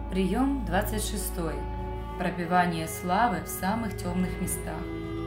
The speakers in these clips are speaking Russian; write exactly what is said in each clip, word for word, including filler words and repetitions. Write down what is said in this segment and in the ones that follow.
Прием двадцать шесть. Пропевание славы в самых темных местах.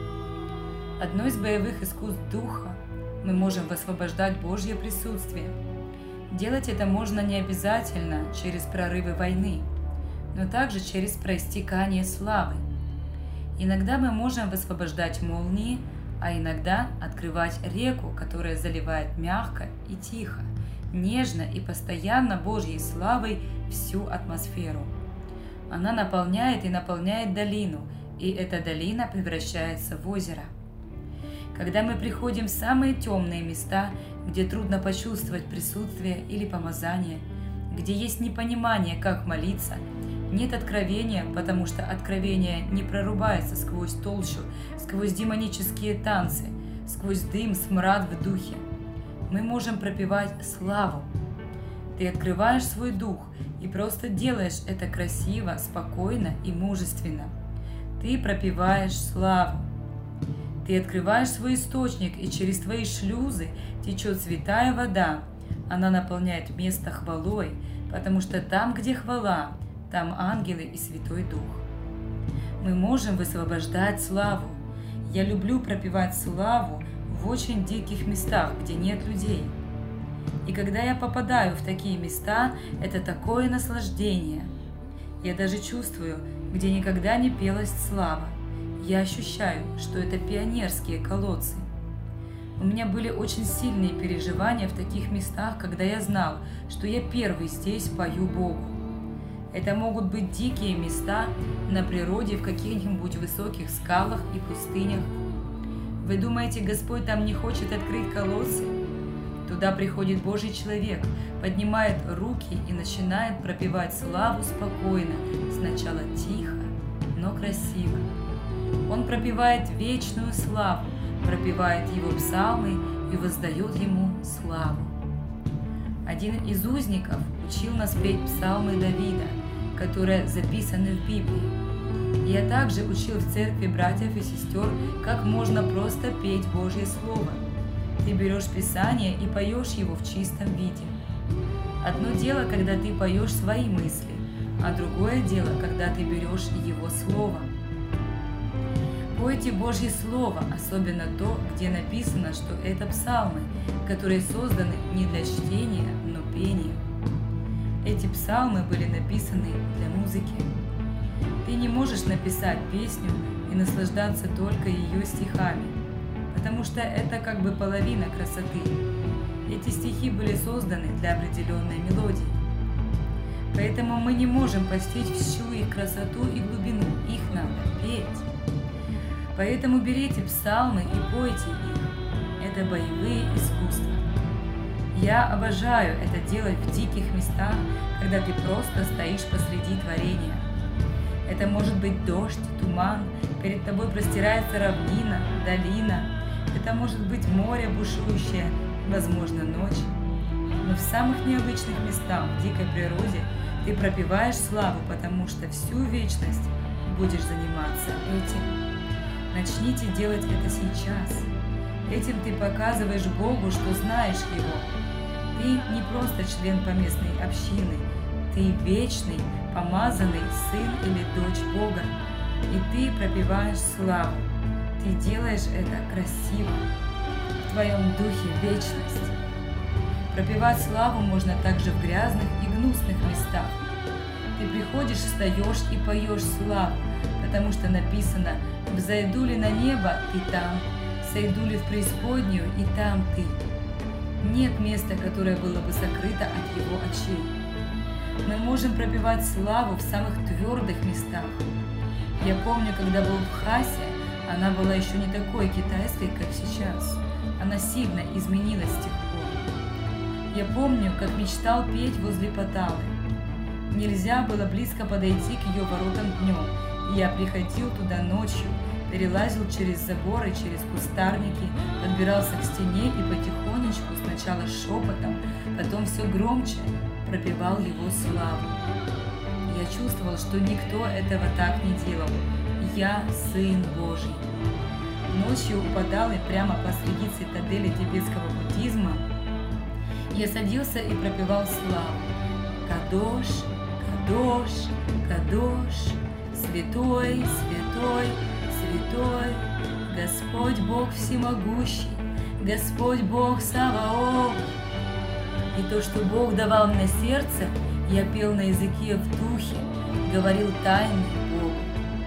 Одно из боевых искусств Духа мы можем высвобождать Божье присутствие. Делать это можно не обязательно через прорывы войны, но также через проистекание славы. Иногда мы можем высвобождать молнии, а иногда открывать реку, которая заливает мягко и тихо, нежно и постоянно Божьей славой всю атмосферу. Она наполняет и наполняет долину, и эта долина превращается в озеро. Когда мы приходим в самые темные места, где трудно почувствовать присутствие или помазание, где есть непонимание, как молиться, нет откровения, потому что откровение не прорубается сквозь толщу, сквозь демонические танцы, сквозь дым, смрад в духе. Мы можем пропевать славу. Ты открываешь свой дух и просто делаешь это красиво, спокойно и мужественно. Ты пропеваешь славу. Ты открываешь свой источник, и через твои шлюзы течет святая вода. Она наполняет место хвалой, потому что там, где хвала, там ангелы и Святой Дух. Мы можем высвобождать славу. Я люблю пропевать славу в очень диких местах, где нет людей. И когда я попадаю в такие места, это такое наслаждение. Я даже чувствую, где никогда не пелась слава. Я ощущаю, что это пионерские колодцы. У меня были очень сильные переживания в таких местах, когда я знал, что я первый здесь пою Богу. Это могут быть дикие места на природе, в каких-нибудь высоких скалах и пустынях. Вы думаете, Господь там не хочет открыть колодцы? Туда приходит Божий человек, поднимает руки и начинает пропевать славу спокойно, сначала тихо, но красиво. Он пропевает вечную славу, пропевает его псалмы и воздает ему славу. Один из узников учил нас петь псалмы Давида, которые записаны в Библии. Я также учил в церкви братьев и сестер, как можно просто петь Божье Слово. Ты берешь Писание и поешь его в чистом виде. Одно дело, когда ты поешь свои мысли, а другое дело, когда ты берешь его Слово. Пойте Божье Слово, особенно то, где написано, что это псалмы, которые созданы не для чтения, но пения. Эти псалмы были написаны для музыки. Ты не можешь написать песню и наслаждаться только ее стихами, потому что это как бы половина красоты. Эти стихи были созданы для определенной мелодии. Поэтому мы не можем постичь всю их красоту и глубину, их надо петь. Поэтому берите псалмы и пойте их. Это боевые искусства. Я обожаю это делать в диких местах, когда ты просто стоишь посреди творения. Это может быть дождь, туман, перед тобой простирается равнина, долина. Это может быть море бушующее, возможно, ночь. Но в самых необычных местах, в дикой природе, ты пропеваешь славу, потому что всю вечность будешь заниматься этим. Начните делать это сейчас. Этим ты показываешь Богу, что знаешь Его. Ты не просто член поместной общины, ты вечный, помазанный сын или дочь Бога. И ты пропеваешь славу. Ты делаешь это красиво. В твоем духе вечность. Пропевать славу можно также в грязных и гнусных местах. Ты приходишь, встаешь и поешь славу, потому что написано: «Взойду ли на небо, ты там, сойду ли в преисподнюю, и там ты». Нет места, которое было бы сокрыто от его очей. Мы можем пропевать славу в самых твердых местах. Я помню, когда был в Хасе, она была еще не такой китайской, как сейчас. Она сильно изменилась с тех пор. Я помню, как мечтал петь возле Патталы. Нельзя было близко подойти к ее воротам днем, и я приходил туда ночью, перелазил через заборы, через кустарники, подбирался к стене и потихонечку, сначала шепотом, потом все громче, пропевал его славу. Я чувствовал, что никто этого так не делал. Я Сын Божий. Ночью у Патталы прямо посреди цитадели тибетского буддизма я садился и пропевал славу. Кадош, Кадош, Кадош, святой, святой, святой, Господь Бог всемогущий, Господь Бог Саваоф. И то, что Бог давал мне сердце, я пел на языке в духе, говорил тайны Богу.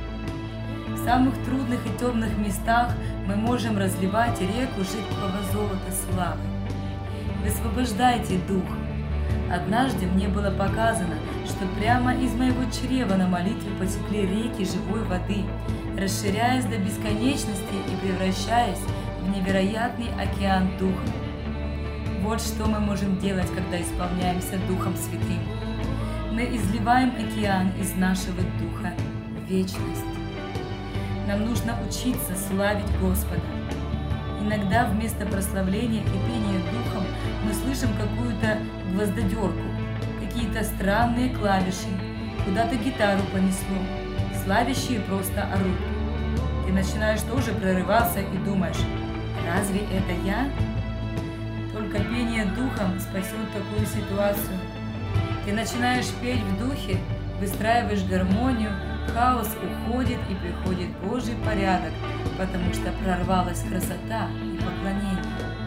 В самых трудных и темных местах мы можем разливать реку жидкого золота славы. Высвобождайте дух. Однажды мне было показано, что прямо из моего чрева на молитве потекли реки живой воды, расширяясь до бесконечности и превращаясь в невероятный океан духа. Вот что мы можем делать, когда исполняемся Духом Святым. Мы изливаем океан из нашего духа в вечность. Нам нужно учиться славить Господа. Иногда вместо прославления и пения Духом мы слышим какую-то гвоздодерку, какие-то странные клавиши, куда-то гитару понесло, славящие просто орут. Ты начинаешь тоже прорываться и думаешь, разве это я? Только пение Духом спасет такую ситуацию. Ты начинаешь петь в духе, выстраиваешь гармонию, хаос уходит и приходит Божий порядок, потому что прорвалась красота и поклонение.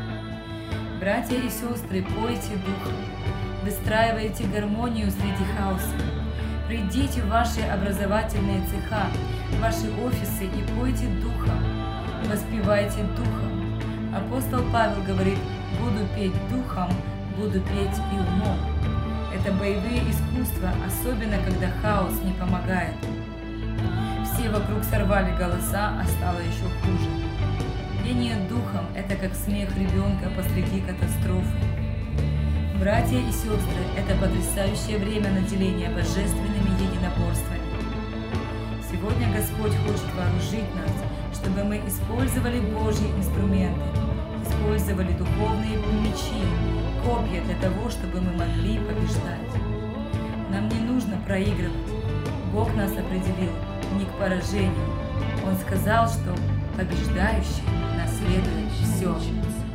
Братья и сестры, пойте Духом, выстраивайте гармонию среди хаоса. Придите в ваши образовательные цеха, в ваши офисы и пойте Духом, воспевайте Духом. Апостол Павел говорит, буду петь Духом, буду петь и умом. Это боевые искусства, особенно когда хаос не помогает. Все вокруг сорвали голоса, а стало еще хуже. Пение Духом – это как смех ребенка посреди катастрофы. Братья и сестры, это потрясающее время наделения божественными единоборствами. Сегодня Господь хочет вооружить нас, чтобы мы использовали Божьи инструменты, использовали духовные мечи, копья для того, чтобы мы могли побеждать. Нам не нужно проигрывать. Бог нас определил не к поражению. Он сказал, что побеждающий наследует все.